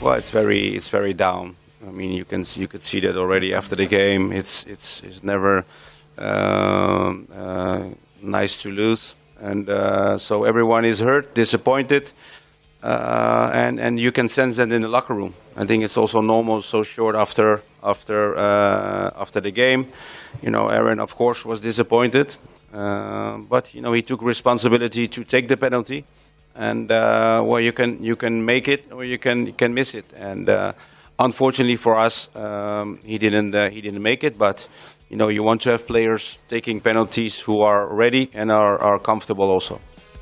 Well, it's very down. I mean, you could see that already after the game. It's never nice to lose, and so everyone is hurt, disappointed, and you can sense that in the locker room. I think it's also normal so short after the game. Aaron, of course, was disappointed, but he took responsibility to take the penalty. And well, you can make it or you can miss it, and unfortunately for us, he didn't make it. But you want to have players taking penalties who are ready and are comfortable also.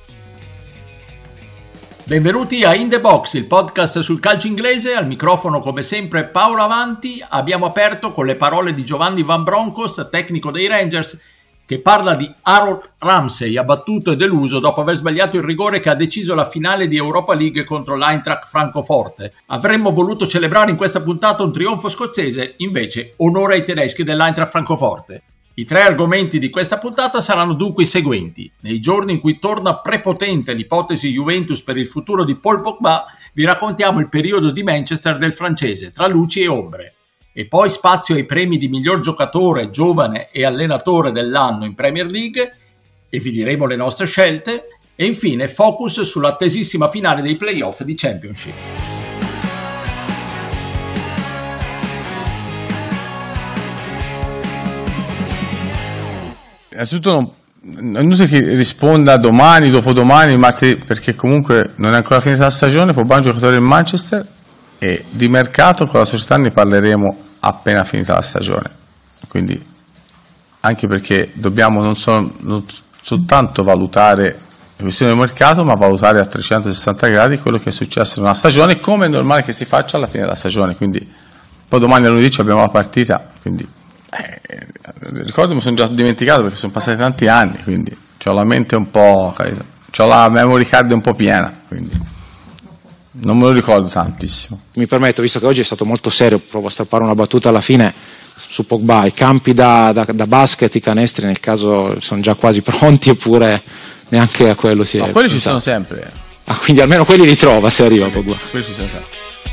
Benvenuti a In The Box, il podcast sul calcio inglese. Al microfono come sempre Paolo Avanti. Abbiamo aperto con le parole di Giovanni Van Bronckhorst, tecnico dei Rangers, che parla di Aaron Ramsey, abbattuto e deluso dopo aver sbagliato il rigore che ha deciso la finale di Europa League contro l'Eintracht Francoforte. Avremmo voluto celebrare in questa puntata un trionfo scozzese, invece onore ai tedeschi dell'Eintracht Francoforte. I 3 argomenti di questa puntata saranno dunque i seguenti. Nei giorni in cui torna prepotente l'ipotesi Juventus per il futuro di Paul Pogba, vi raccontiamo il periodo di Manchester del francese, tra luci e ombre. E poi spazio ai premi di miglior giocatore, giovane e allenatore dell'anno in Premier League, e vi diremo le nostre scelte, e infine focus sull'attesissima finale dei playoff di Championship. Innanzitutto non so che risponda domani, dopodomani, martedì, perché comunque non è ancora finita la stagione. Pogba è un giocatore in Manchester, e di mercato con la società ne parleremo appena finita la stagione, quindi anche perché dobbiamo non soltanto valutare le questioni del mercato, ma valutare a 360 gradi quello che è successo in una stagione, come è normale che si faccia alla fine della stagione. Quindi poi domani a lunedì abbiamo la partita, quindi ricordo, mi sono già dimenticato perché sono passati tanti anni, quindi ho la mente un po', ho la memory card un po' piena, quindi non me lo ricordo tantissimo. Mi permetto, visto che oggi è stato molto serio, provo a strappare una battuta alla fine su Pogba. I campi da basket, i canestri nel caso sono già quasi pronti, oppure neanche a quello si è quelli pensato. Ci sono sempre. Quindi almeno quelli li trova se arriva Pogba. Quelli ci sono sempre.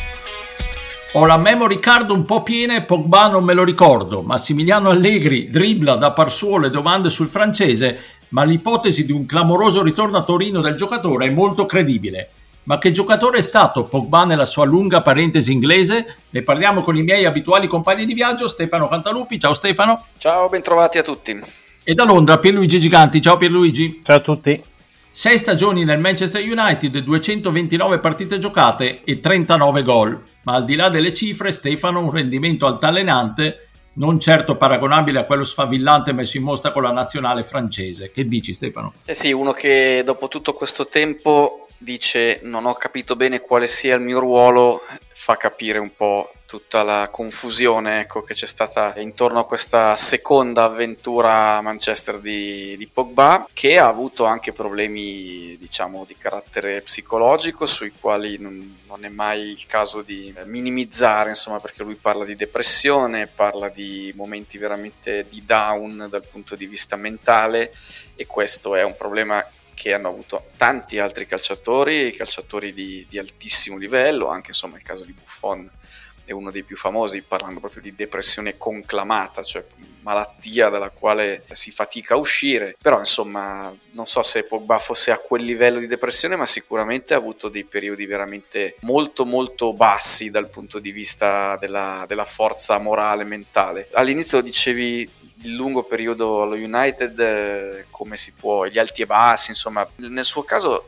Ho la memory card un po' piena e Pogba non me lo ricordo. Massimiliano Allegri dribbla da par suo le domande sul francese, ma l'ipotesi di un clamoroso ritorno a Torino del giocatore è molto credibile. Ma che giocatore è stato Pogba nella sua lunga parentesi inglese? Ne parliamo con i miei abituali compagni di viaggio, Stefano Cantalupi. Ciao Stefano. Ciao, bentrovati a tutti. E da Londra Pierluigi Giganti. Ciao Pierluigi. Ciao a tutti. 6 stagioni nel Manchester United, 229 partite giocate e 39 gol. Ma al di là delle cifre, Stefano, un rendimento altalenante, non certo paragonabile a quello sfavillante messo in mostra con la nazionale francese. Che dici Stefano? Sì, uno che dopo tutto questo tempo dice non ho capito bene quale sia il mio ruolo, fa capire un po' tutta la confusione, che c'è stata intorno a questa seconda avventura a Manchester di Pogba, che ha avuto anche problemi diciamo di carattere psicologico, sui quali non è mai il caso di minimizzare, insomma, perché lui parla di depressione, parla di momenti veramente di down dal punto di vista mentale, e questo è un problema che hanno avuto tanti altri calciatori di altissimo livello, anche insomma il caso di Buffon è uno dei più famosi, parlando proprio di depressione conclamata, cioè malattia dalla quale si fatica a uscire. Però insomma non so se Pogba fosse a quel livello di depressione, ma sicuramente ha avuto dei periodi veramente molto molto bassi dal punto di vista della forza morale e mentale. All'inizio dicevi il lungo periodo allo United, come si può, gli alti e bassi, insomma nel suo caso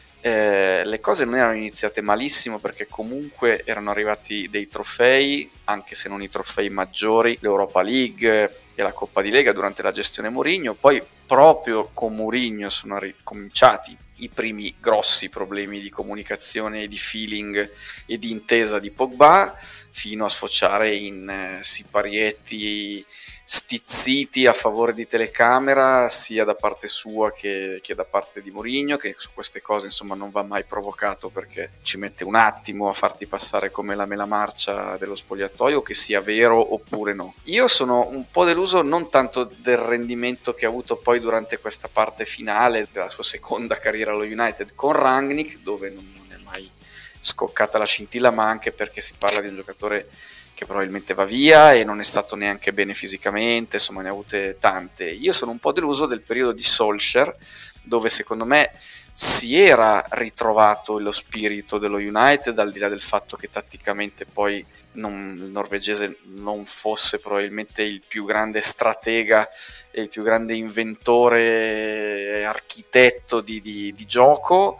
le cose non erano iniziate malissimo, perché comunque erano arrivati dei trofei, anche se non i trofei maggiori, l'Europa League e la Coppa di Lega durante la gestione Mourinho. Poi proprio con Mourinho sono ricominciati i primi grossi problemi di comunicazione, di feeling e di intesa di Pogba, fino a sfociare in siparietti stizziti a favore di telecamera, sia da parte sua che da parte di Mourinho, che su queste cose insomma non va mai provocato, perché ci mette un attimo a farti passare come la mela marcia dello spogliatoio, che sia vero oppure no. Io sono un po' deluso non tanto del rendimento che ha avuto poi durante questa parte finale della sua seconda carriera allo United con Rangnick, dove non è mai scoccata la scintilla, ma anche perché si parla di un giocatore che probabilmente va via e non è stato neanche bene fisicamente, insomma ne ha avute tante. Io sono un po' deluso del periodo di Solskjaer, dove secondo me si era ritrovato lo spirito dello United, al di là del fatto che tatticamente poi il norvegese non fosse probabilmente il più grande stratega e il più grande inventore, architetto di gioco,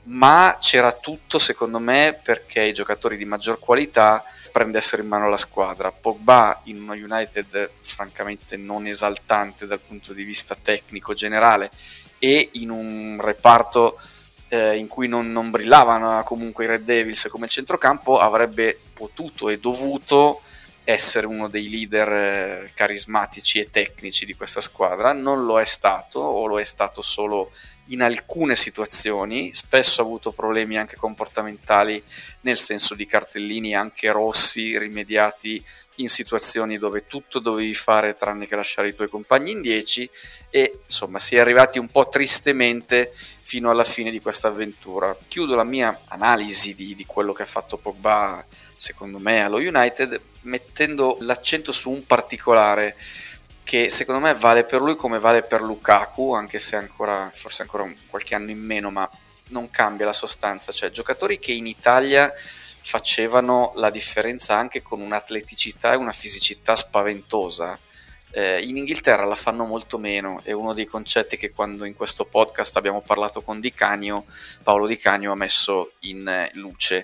ma c'era tutto secondo me perché i giocatori di maggior qualità prendessero in mano la squadra. Pogba in uno United francamente non esaltante dal punto di vista tecnico generale e in un reparto in cui non brillavano comunque i Red Devils come centrocampo, avrebbe potuto e dovuto essere uno dei leader carismatici e tecnici di questa squadra. Non lo è stato, o lo è stato solo in alcune situazioni. Spesso ha avuto problemi anche comportamentali, nel senso di cartellini anche rossi rimediati in situazioni dove tutto dovevi fare tranne che lasciare i tuoi compagni in 10, e insomma si è arrivati un po' tristemente fino alla fine di questa avventura. Chiudo la mia analisi di quello che ha fatto Pogba secondo me allo United mettendo l'accento su un particolare che secondo me vale per lui come vale per Lukaku, anche se forse ancora qualche anno in meno, ma non cambia la sostanza. Cioè giocatori che in Italia facevano la differenza anche con un'atleticità e una fisicità spaventosa, in Inghilterra la fanno molto meno. È uno dei concetti che quando in questo podcast abbiamo parlato con Paolo Di Canio ha messo in luce.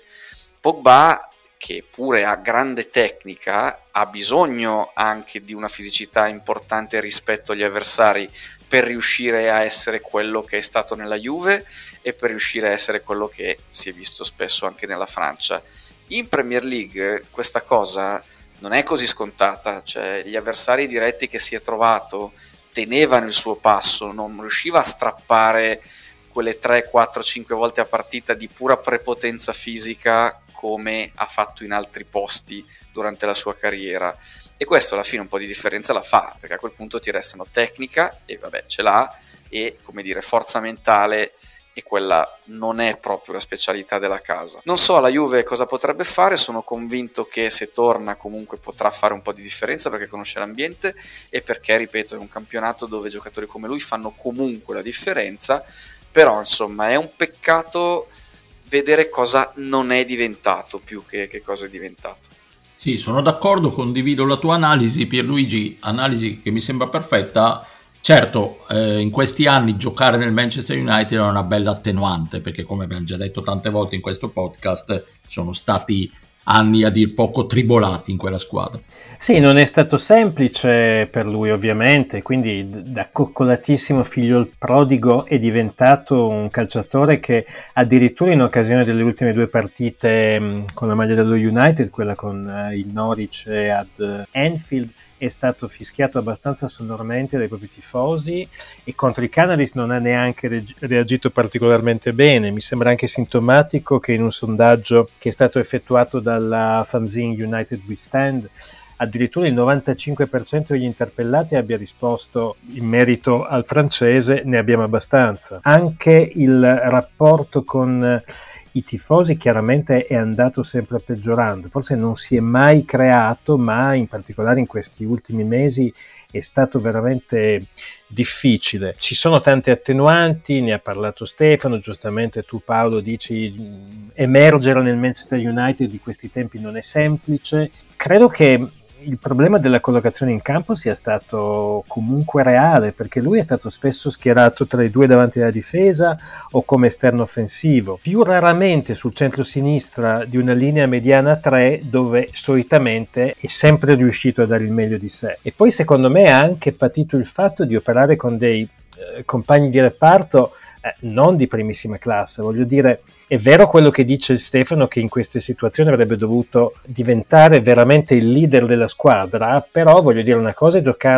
Pogba, che pure ha grande tecnica, ha bisogno anche di una fisicità importante rispetto agli avversari per riuscire a essere quello che è stato nella Juve e per riuscire a essere quello che si è visto spesso anche nella Francia. In Premier League questa cosa non è così scontata, cioè gli avversari diretti che si è trovato tenevano il suo passo, non riusciva a strappare quelle 3, 4, 5 volte a partita di pura prepotenza fisica come ha fatto in altri posti durante la sua carriera, e questo alla fine un po' di differenza la fa, perché a quel punto ti restano tecnica, e vabbè ce l'ha, e come dire forza mentale, e quella non è proprio la specialità della casa. Non so la Juve cosa potrebbe fare, sono convinto che se torna comunque potrà fare un po' di differenza perché conosce l'ambiente e perché, ripeto, è un campionato dove giocatori come lui fanno comunque la differenza, però insomma è un peccato vedere cosa non è diventato più che cosa è diventato. Sì, sono d'accordo, condivido la tua analisi, Pierluigi, analisi che mi sembra perfetta. Certo, in questi anni giocare nel Manchester United è una bella attenuante, perché come abbiamo già detto tante volte in questo podcast, sono stati anni a dir poco tribolati in quella squadra. Sì, non è stato semplice per lui ovviamente, quindi da coccolatissimo figlio prodigo è diventato un calciatore che addirittura in occasione delle ultime 2 partite con la maglia dello United, quella con il Norwich ad Anfield, è stato fischiato abbastanza sonormente dai propri tifosi, e contro i Canaries non ha neanche reagito particolarmente bene. Mi sembra anche sintomatico che in un sondaggio che è stato effettuato dalla fanzine United We Stand addirittura il 95% degli interpellati abbia risposto in merito al francese ne abbiamo abbastanza. Anche il rapporto con i tifosi chiaramente è andato sempre peggiorando, forse non si è mai creato, ma in particolare in questi ultimi mesi è stato veramente difficile. Ci sono tante attenuanti, ne ha parlato Stefano, giustamente tu Paolo dici emergere nel Manchester United di questi tempi non è semplice. Credo che il problema della collocazione in campo sia stato comunque reale, perché lui è stato spesso schierato tra i 2 davanti alla difesa o come esterno offensivo, più raramente sul centro-sinistra di una linea mediana a 3, dove solitamente è sempre riuscito a dare il meglio di sé. E poi secondo me ha anche patito il fatto di operare con dei compagni di reparto non di primissima classe. Voglio dire, è vero quello che dice Stefano, che in queste situazioni avrebbe dovuto diventare veramente il leader della squadra, però voglio dire, una cosa è giocare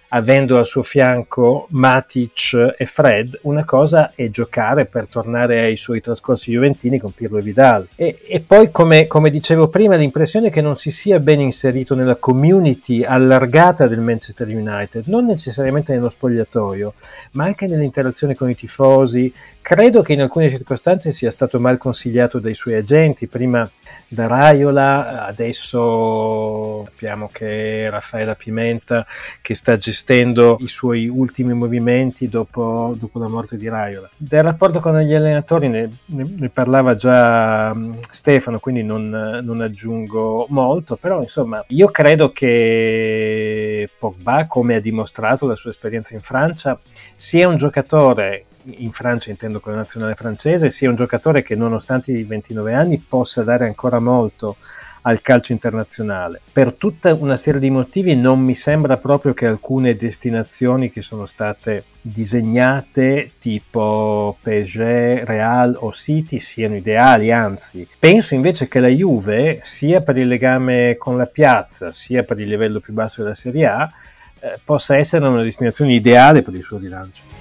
avendo al suo fianco Matic e Fred, una cosa è giocare per tornare ai suoi trascorsi juventini con Pirlo e Vidal. E poi, come dicevo prima, l'impressione è che non si sia ben inserito nella community allargata del Manchester United, non necessariamente nello spogliatoio, ma anche nell'interazione con i tifosi. Credo che in alcune circostanze sia stato mal consigliato dai suoi agenti, prima da Raiola, adesso sappiamo che Raffaella Pimenta che sta gestendo i suoi ultimi movimenti dopo la morte di Raiola. Del rapporto con gli allenatori ne parlava già Stefano, quindi non aggiungo molto, però insomma io credo che Pogba, come ha dimostrato la sua esperienza in Francia, sia un giocatore, in Francia intendo con la nazionale francese, sia un giocatore che nonostante i 29 anni possa dare ancora molto al calcio internazionale. Per tutta una serie di motivi non mi sembra proprio che alcune destinazioni che sono state disegnate tipo PSG, Real o City siano ideali, anzi penso invece che la Juve, sia per il legame con la piazza sia per il livello più basso della Serie A, possa essere una destinazione ideale per il suo rilancio.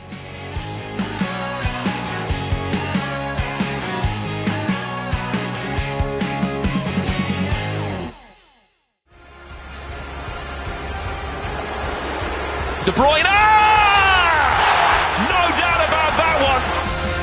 De Bruyne! No doubt about that one!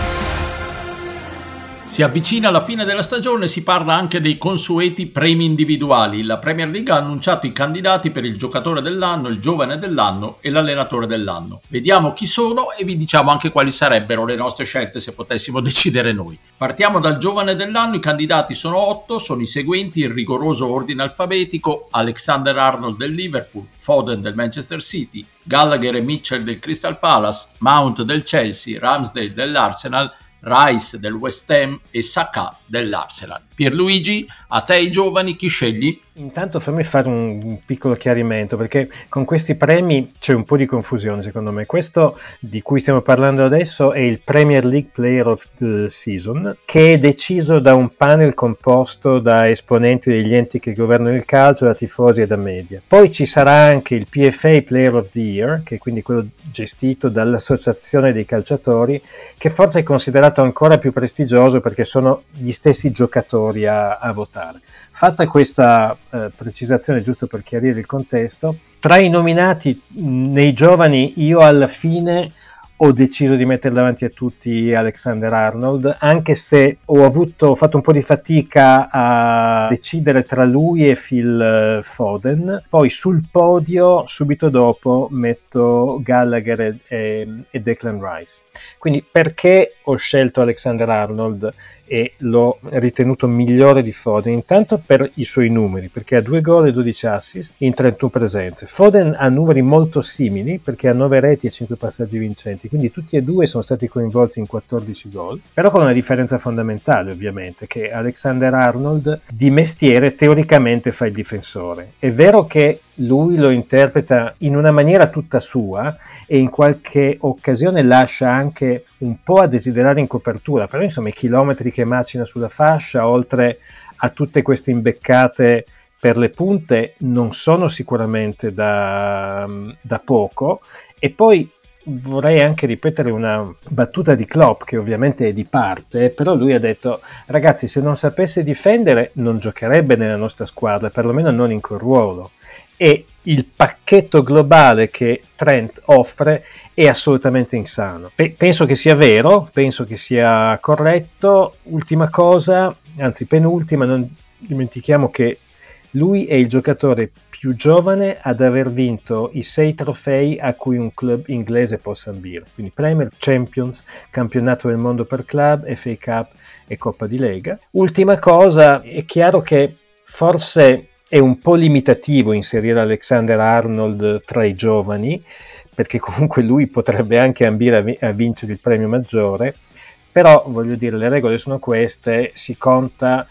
Si avvicina alla fine della stagione e si parla anche dei consueti premi individuali. La Premier League ha annunciato i candidati per il giocatore dell'anno, il giovane dell'anno e l'allenatore dell'anno. Vediamo chi sono e vi diciamo anche quali sarebbero le nostre scelte se potessimo decidere noi. Partiamo dal giovane dell'anno, i candidati sono 8, sono i seguenti in rigoroso ordine alfabetico: Alexander-Arnold del Liverpool, Foden del Manchester City, Gallagher e Mitchell del Crystal Palace, Mount del Chelsea, Ramsdale dell'Arsenal, Rice del West Ham e Saka dell'Arsenal. Pierluigi, a te i giovani chi scegli? Intanto fammi fare un piccolo chiarimento, perché con questi premi c'è un po' di confusione secondo me. Questo di cui stiamo parlando adesso è il Premier League Player of the Season, che è deciso da un panel composto da esponenti degli enti che governano il calcio, da tifosi e da media. Poi ci sarà anche il PFA Player of the Year, che è quindi quello gestito dall'associazione dei calciatori, che forse è considerato ancora più prestigioso perché sono gli stessi giocatori a votare. Fatta questa precisazione, giusto per chiarire il contesto, tra i nominati nei giovani io alla fine ho deciso di mettere davanti a tutti Alexander-Arnold, anche se ho fatto un po' di fatica a decidere tra lui e Phil Foden. Poi sul podio subito dopo metto Gallagher e Declan Rice. Quindi perché ho scelto Alexander-Arnold e l'ho ritenuto migliore di Foden? Intanto per i suoi numeri, perché ha 2 gol e 12 assist in 31 presenze. Foden ha numeri molto simili perché ha 9 reti e 5 passaggi vincenti, quindi tutti e due sono stati coinvolti in 14 gol, però con una differenza fondamentale ovviamente, che Alexander-Arnold di mestiere teoricamente fa il difensore. È vero che lui lo interpreta in una maniera tutta sua e in qualche occasione lascia anche un po' a desiderare in copertura, però insomma i chilometri che macina sulla fascia, oltre a tutte queste imbeccate per le punte, non sono sicuramente da poco. E poi vorrei anche ripetere una battuta di Klopp, che ovviamente è di parte, però lui ha detto: ragazzi, se non sapesse difendere non giocherebbe nella nostra squadra, perlomeno non in quel ruolo. E il pacchetto globale che Trent offre è assolutamente insano. Penso che sia vero, penso che sia corretto. Ultima cosa, anzi penultima, non dimentichiamo che lui è il giocatore più giovane ad aver vinto i 6 trofei a cui un club inglese possa ambire, quindi Premier, Champions, Campionato del Mondo per club, FA Cup e Coppa di Lega. Ultima cosa, è chiaro che forse è un po' limitativo inserire Alexander-Arnold tra i giovani, perché comunque lui potrebbe anche ambire a vincere il premio maggiore, però voglio dire, le regole sono queste, si conta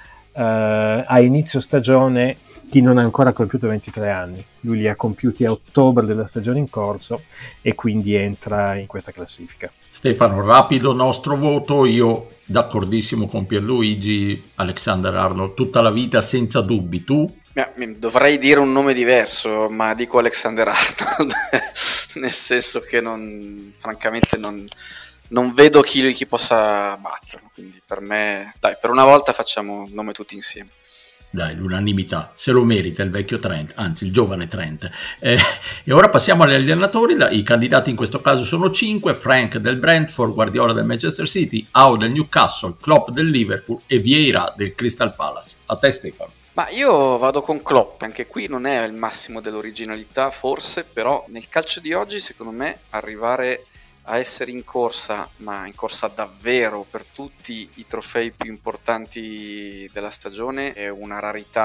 a inizio stagione chi non ha ancora compiuto 23 anni. Lui li ha compiuti a ottobre della stagione in corso e quindi entra in questa classifica. Stefano, rapido nostro voto, io d'accordissimo con Pierluigi, Alexander-Arnold tutta la vita senza dubbi. Tu? Dovrei dire un nome diverso, ma dico Alexander-Arnold. nel senso che francamente non vedo chi possa batterlo, quindi per me, dai, per una volta facciamo il nome tutti insieme. Dai, l'unanimità, se lo merita il vecchio Trent, anzi il giovane Trent. E ora passiamo agli allenatori. I candidati in questo caso sono 5: Frank del Brentford, Guardiola del Manchester City, Howe del Newcastle, Klopp del Liverpool e Vieira del Crystal Palace. A te, Stefano. Ma io vado con Klopp, anche qui non è il massimo dell'originalità forse, però nel calcio di oggi secondo me arrivare a essere in corsa, ma in corsa davvero per tutti i trofei più importanti della stagione, è una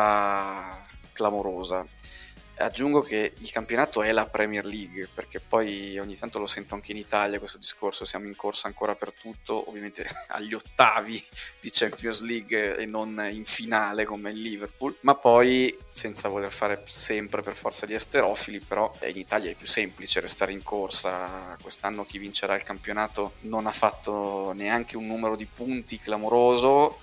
rarità clamorosa. Aggiungo che il campionato è la Premier League, perché poi ogni tanto lo sento anche in Italia questo discorso, siamo in corsa ancora per tutto, ovviamente agli ottavi di Champions League e non in finale come il Liverpool, ma poi senza voler fare sempre per forza di esterofili, però in Italia è più semplice restare in corsa. Quest'anno chi vincerà il campionato non ha fatto neanche un numero di punti clamoroso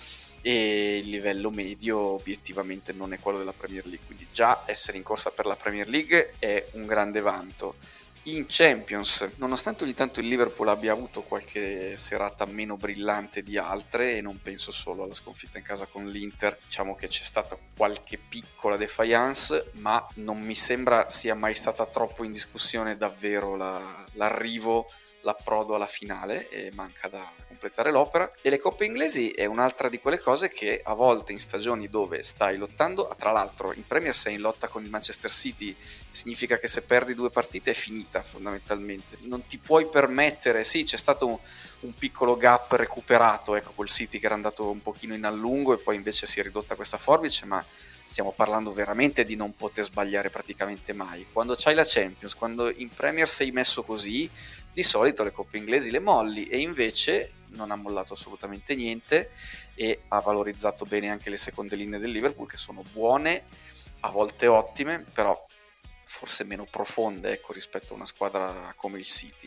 e il livello medio obiettivamente non è quello della Premier League, quindi già essere in corsa per la Premier League è un grande vanto. In Champions, nonostante ogni tanto il Liverpool abbia avuto qualche serata meno brillante di altre, e non penso solo alla sconfitta in casa con l'Inter, diciamo che c'è stata qualche piccola defiance, ma non mi sembra sia mai stata troppo in discussione davvero l'arrivo, l'approdo alla finale, e manca da completare l'opera. E le coppe inglesi è un'altra di quelle cose che a volte in stagioni dove stai lottando, tra l'altro in Premier sei in lotta con il Manchester City, significa che se perdi 2 partite è finita fondamentalmente, non ti puoi permettere. Sì, c'è stato un piccolo gap recuperato, ecco, col City che era andato un pochino in allungo e poi invece si è ridotta questa forbice, ma stiamo parlando veramente di non poter sbagliare praticamente mai. Quando c'hai la Champions, quando in Premier sei messo così, di solito le coppe inglesi le molli, e invece non ha mollato assolutamente niente e ha valorizzato bene anche le seconde linee del Liverpool, che sono buone, a volte ottime, però forse meno profonde, ecco, rispetto a una squadra come il City.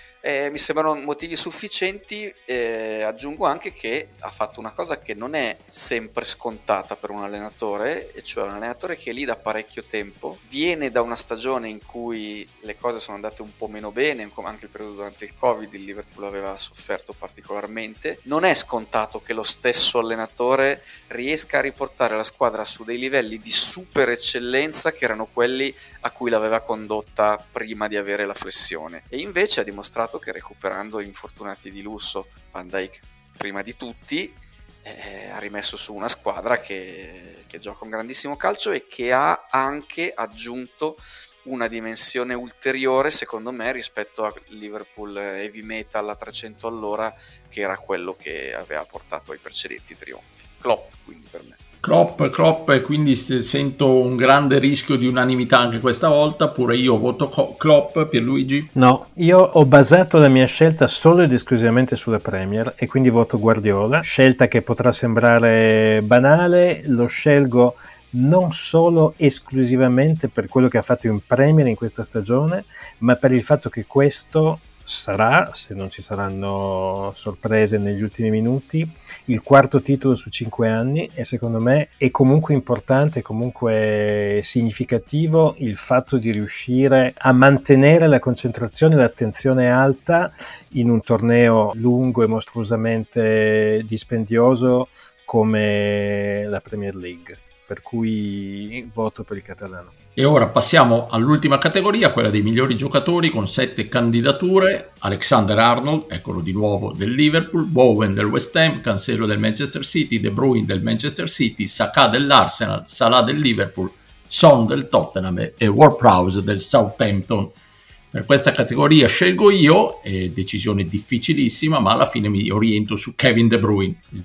Mi sembrano motivi sufficienti. Aggiungo anche che ha fatto una cosa che non è sempre scontata per un allenatore, e cioè un allenatore che è lì da parecchio tempo, viene da una stagione in cui le cose sono andate un po' meno bene, anche il periodo durante il Covid il Liverpool aveva sofferto particolarmente. Non è scontato che lo stesso allenatore riesca a riportare la squadra su dei livelli di super eccellenza che erano quelli a cui l'aveva condotta prima di avere la flessione, e invece ha dimostrato che recuperando infortunati di lusso, Van Dijk prima di tutti, ha rimesso su una squadra che gioca un grandissimo calcio e che ha anche aggiunto una dimensione ulteriore secondo me rispetto a Liverpool heavy metal a 300 all'ora, che era quello che aveva portato ai precedenti trionfi. Klopp, quindi per me. Klopp, e quindi sento un grande rischio di unanimità anche questa volta. Pure io voto Klopp. Pierluigi? No, io ho basato la mia scelta solo ed esclusivamente sulla Premier e quindi voto Guardiola. Scelta che potrà sembrare banale, lo scelgo non solo esclusivamente per quello che ha fatto in Premier in questa stagione, ma per il fatto che questo sarà, se non ci saranno sorprese negli ultimi minuti, il 4º titolo su 5 anni, e secondo me è comunque importante, comunque significativo il fatto di riuscire a mantenere la concentrazione e l'attenzione alta in un torneo lungo e mostruosamente dispendioso come la Premier League. Per cui voto per il catalano. E ora passiamo all'ultima categoria, quella dei migliori giocatori, con 7 candidature: Alexander-Arnold, eccolo di nuovo, del Liverpool, Bowen del West Ham, Cancelo del Manchester City, De Bruyne del Manchester City, Saka dell'Arsenal, Salah del Liverpool, Son del Tottenham e Ward-Prowse del Southampton. Per questa categoria scelgo io, è decisione difficilissima, ma alla fine mi oriento su Kevin De Bruyne. Il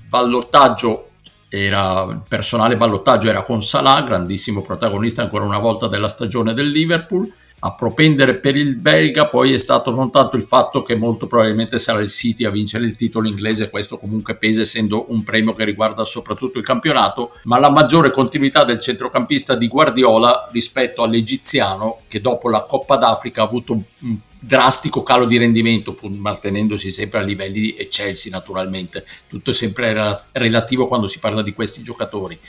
personale ballottaggio era con Salah, grandissimo protagonista ancora una volta della stagione del Liverpool. A propendere per il belga poi è stato non tanto il fatto che molto probabilmente sarà il City a vincere il titolo inglese, questo comunque pesa essendo un premio che riguarda soprattutto il campionato, ma la maggiore continuità del centrocampista di Guardiola rispetto all'egiziano, che dopo la Coppa d'Africa ha avuto un drastico calo di rendimento, pur mantenendosi sempre a livelli eccelsi naturalmente. Tutto è sempre relativo quando si parla di questi giocatori.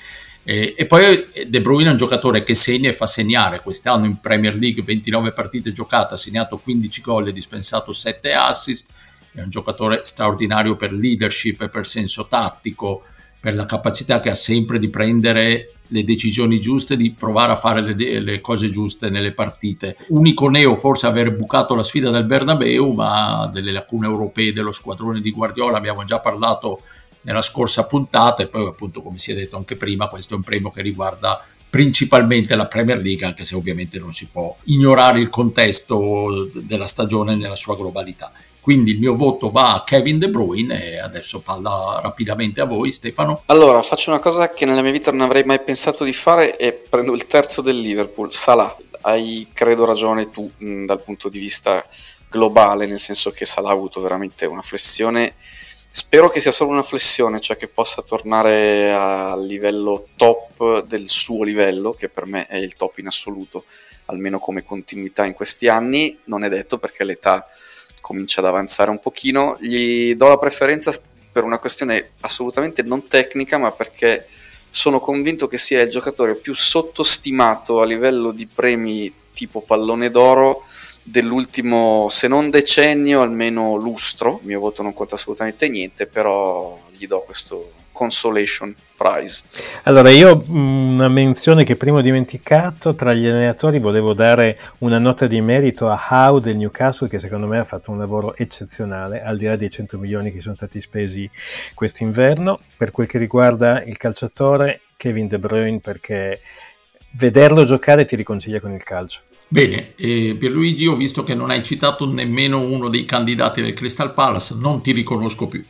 E poi De Bruyne è un giocatore che segna e fa segnare. Quest'anno in Premier League 29 partite giocate, ha segnato 15 gol e dispensato 7 assist. È un giocatore straordinario per leadership e per senso tattico, per la capacità che ha sempre di prendere le decisioni giuste, di provare a fare le cose giuste nelle partite. Unico neo forse aver bucato la sfida del Bernabeu, ma delle lacune europee dello squadrone di Guardiola abbiamo già parlato nella scorsa puntata, e poi appunto, come si è detto anche prima, questo è un premio che riguarda principalmente la Premier League, anche se ovviamente non si può ignorare il contesto della stagione nella sua globalità. Quindi il mio voto va a Kevin De Bruyne, e adesso palla rapidamente a voi, Stefano. Allora, faccio una cosa che nella mia vita non avrei mai pensato di fare e prendo il terzo del Liverpool, Salah. Hai, credo, ragione tu dal punto di vista globale, nel senso che Salah ha avuto veramente una flessione. Spero che sia solo una flessione, cioè che possa tornare al livello top del suo livello, che per me è il top in assoluto, almeno come continuità in questi anni. Non è detto, perché l'età comincia ad avanzare un pochino. Gli do la preferenza per una questione assolutamente non tecnica, ma perché sono convinto che sia il giocatore più sottostimato a livello di premi tipo pallone d'oro dell'ultimo, se non decennio, almeno lustro. Il mio voto non conta assolutamente niente, però gli do questo consolation prize. Allora, io una menzione che prima ho dimenticato: tra gli allenatori volevo dare una nota di merito a Howe del Newcastle, che secondo me ha fatto un lavoro eccezionale, al di là dei 100 milioni che sono stati spesi quest'inverno. Per quel che riguarda il calciatore, Kevin De Bruyne, perché vederlo giocare ti riconcilia con il calcio. Bene, Pierluigi, ho visto che non hai citato nemmeno uno dei candidati del Crystal Palace, non ti riconosco più.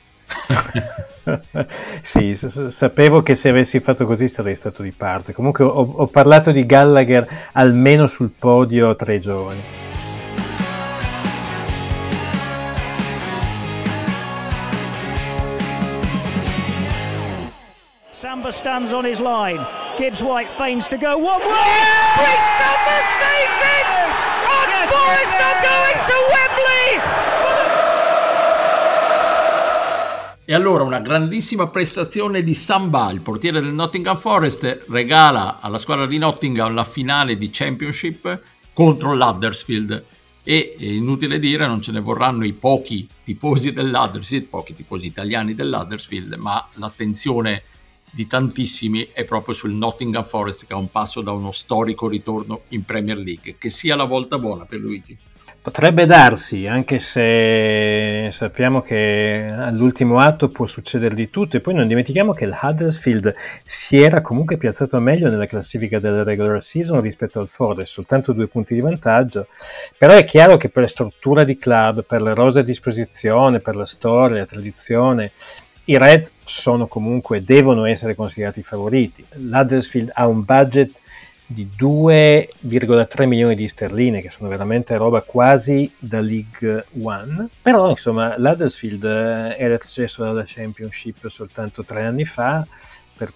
Sì, sapevo che se avessi fatto così sarei stato di parte. Comunque ho parlato di Gallagher almeno sul podio tra i giovani. Samba stands on his line. Gibbs White feigns to go one way. Chris Samba saves it! And Forest are going to Wembley! E allora una grandissima prestazione di Samba, il portiere del Nottingham Forest, regala alla squadra di Nottingham la finale di Championship contro l'Huddersfield. E inutile dire, non ce ne vorranno i pochi tifosi dell'Huddersfield, pochi tifosi italiani dell'Huddersfield, ma l'attenzione di tantissimi è proprio sul Nottingham Forest, che ha un passo da uno storico ritorno in Premier League. Che sia la volta buona per Luigi. Potrebbe darsi, anche se sappiamo che all'ultimo atto può succedere di tutto. E poi non dimentichiamo che il Huddersfield si era comunque piazzato meglio nella classifica della regular season rispetto al Forest, soltanto 2 punti di vantaggio. Però è chiaro che per struttura di club, per le rose a disposizione, per la storia, la tradizione, i Reds devono essere considerati favoriti. L'Huddersfield ha un budget di 2,3 milioni di sterline, che sono veramente roba quasi da League One. Però insomma l'Huddersfield era accesso alla Championship soltanto 3 anni fa, per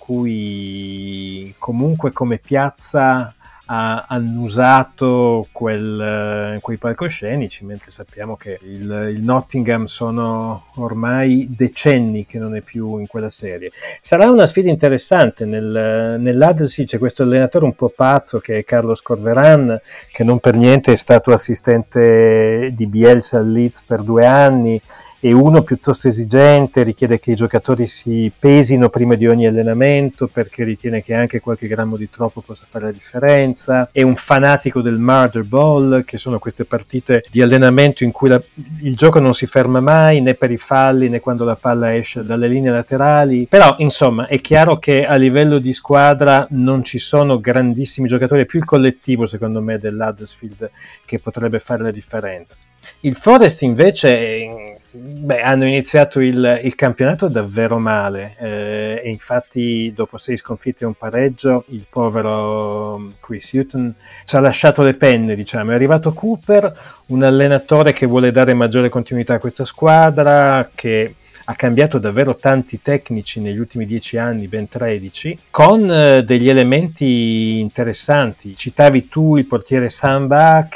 cui comunque come piazza ha annusato quei palcoscenici, mentre sappiamo che il Nottingham sono ormai decenni che non è più in quella serie. Sarà una sfida interessante. Nell'Huddersfield c'è questo allenatore un po' pazzo che è Carlos Corveran, che non per niente è stato assistente di Bielsa al Leeds per 2 anni, e uno piuttosto esigente, richiede che i giocatori si pesino prima di ogni allenamento, perché ritiene che anche qualche grammo di troppo possa fare la differenza. È un fanatico del murder ball, che sono queste partite di allenamento in cui il gioco non si ferma mai, né per i falli né quando la palla esce dalle linee laterali. Però insomma è chiaro che a livello di squadra non ci sono grandissimi giocatori, è più il collettivo secondo me dell'Huddersfield che potrebbe fare la differenza. Il Forest invece hanno iniziato il campionato davvero male, e infatti dopo 6 sconfitte e un pareggio il povero Chris Hughton ci ha lasciato le penne, diciamo. È arrivato Cooper, un allenatore che vuole dare maggiore continuità a questa squadra, che ha cambiato davvero tanti tecnici negli ultimi 10 anni, ben 13, con degli elementi interessanti. Citavi tu il portiere Samba, che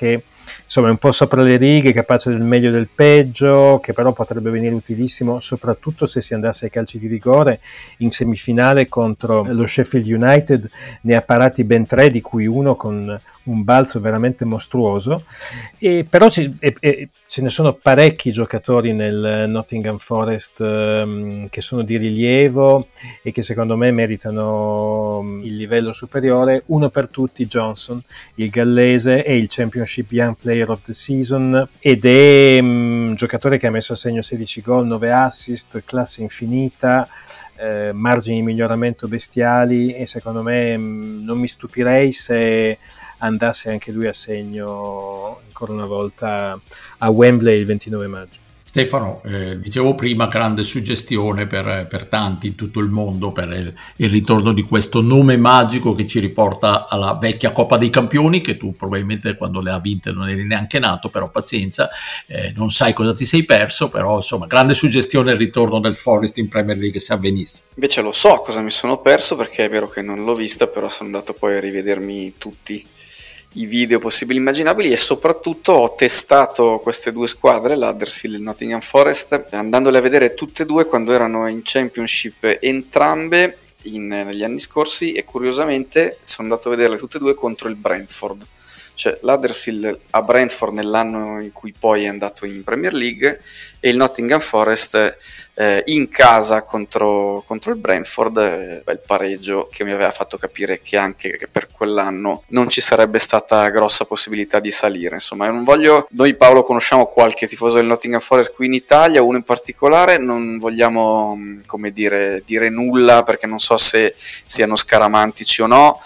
insomma è un po' sopra le righe, capace del meglio e del peggio, che però potrebbe venire utilissimo soprattutto se si andasse ai calci di rigore. In semifinale contro lo Sheffield United ne ha parati ben 3, di cui uno con un balzo veramente mostruoso, però ce ne sono parecchi giocatori nel Nottingham Forest che sono di rilievo e che secondo me meritano il livello superiore. Uno per tutti, Johnson, il gallese, è il Championship Young Player of the Season ed è un giocatore che ha messo a segno 16 gol, 9 assist, classe infinita, margini di miglioramento bestiali, e secondo me non mi stupirei se andasse anche lui a segno ancora una volta a Wembley il 29 maggio. Stefano, dicevo prima, grande suggestione per tanti in tutto il mondo per il ritorno di questo nome magico che ci riporta alla vecchia Coppa dei Campioni, che tu probabilmente quando le ha vinte non eri neanche nato, però pazienza, non sai cosa ti sei perso, però insomma grande suggestione il ritorno del Forest in Premier League se avvenisse. Invece lo so cosa mi sono perso, perché è vero che non l'ho vista, però sono andato poi a rivedermi tutti i video possibili e immaginabili, e soprattutto ho testato queste due squadre, l'Huddersfield e il Nottingham Forest, andandole a vedere tutte e due quando erano in Championship entrambe negli anni scorsi, e curiosamente sono andato a vederle tutte e due contro il Brentford. Cioè l'Huddersfield a Brentford nell'anno in cui poi è andato in Premier League, e il Nottingham Forest in casa contro il Brentford, bel pareggio che mi aveva fatto capire che anche per quell'anno non ci sarebbe stata grossa possibilità di salire. Insomma, noi Paolo conosciamo qualche tifoso del Nottingham Forest qui in Italia, uno in particolare, non vogliamo dire nulla perché non so se siano scaramantici o no,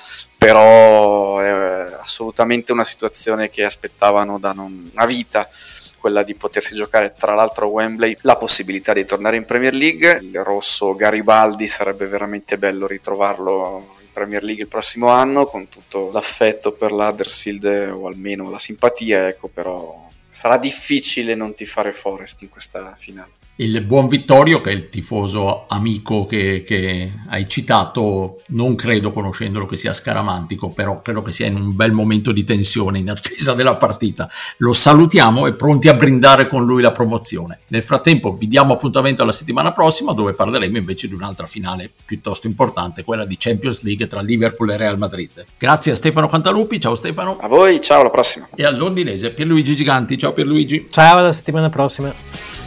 però è assolutamente una situazione che aspettavano da una vita, quella di potersi giocare tra l'altro a Wembley la possibilità di tornare in Premier League. Il rosso Garibaldi sarebbe veramente bello ritrovarlo in Premier League il prossimo anno, con tutto l'affetto per l'Huddersfield, o almeno la simpatia, ecco, però sarà difficile non tifare Forest in questa finale. Il buon Vittorio, che è il tifoso amico che hai citato, non credo, conoscendolo, che sia scaramantico, però credo che sia in un bel momento di tensione in attesa della partita. Lo salutiamo e pronti a brindare con lui la promozione. Nel frattempo vi diamo appuntamento alla settimana prossima, dove parleremo invece di un'altra finale piuttosto importante, quella di Champions League tra Liverpool e Real Madrid. Grazie a Stefano Cantalupi, ciao Stefano. A voi, ciao, alla prossima. E al londinese Pierluigi Giganti, ciao Pierluigi. Ciao, alla settimana prossima.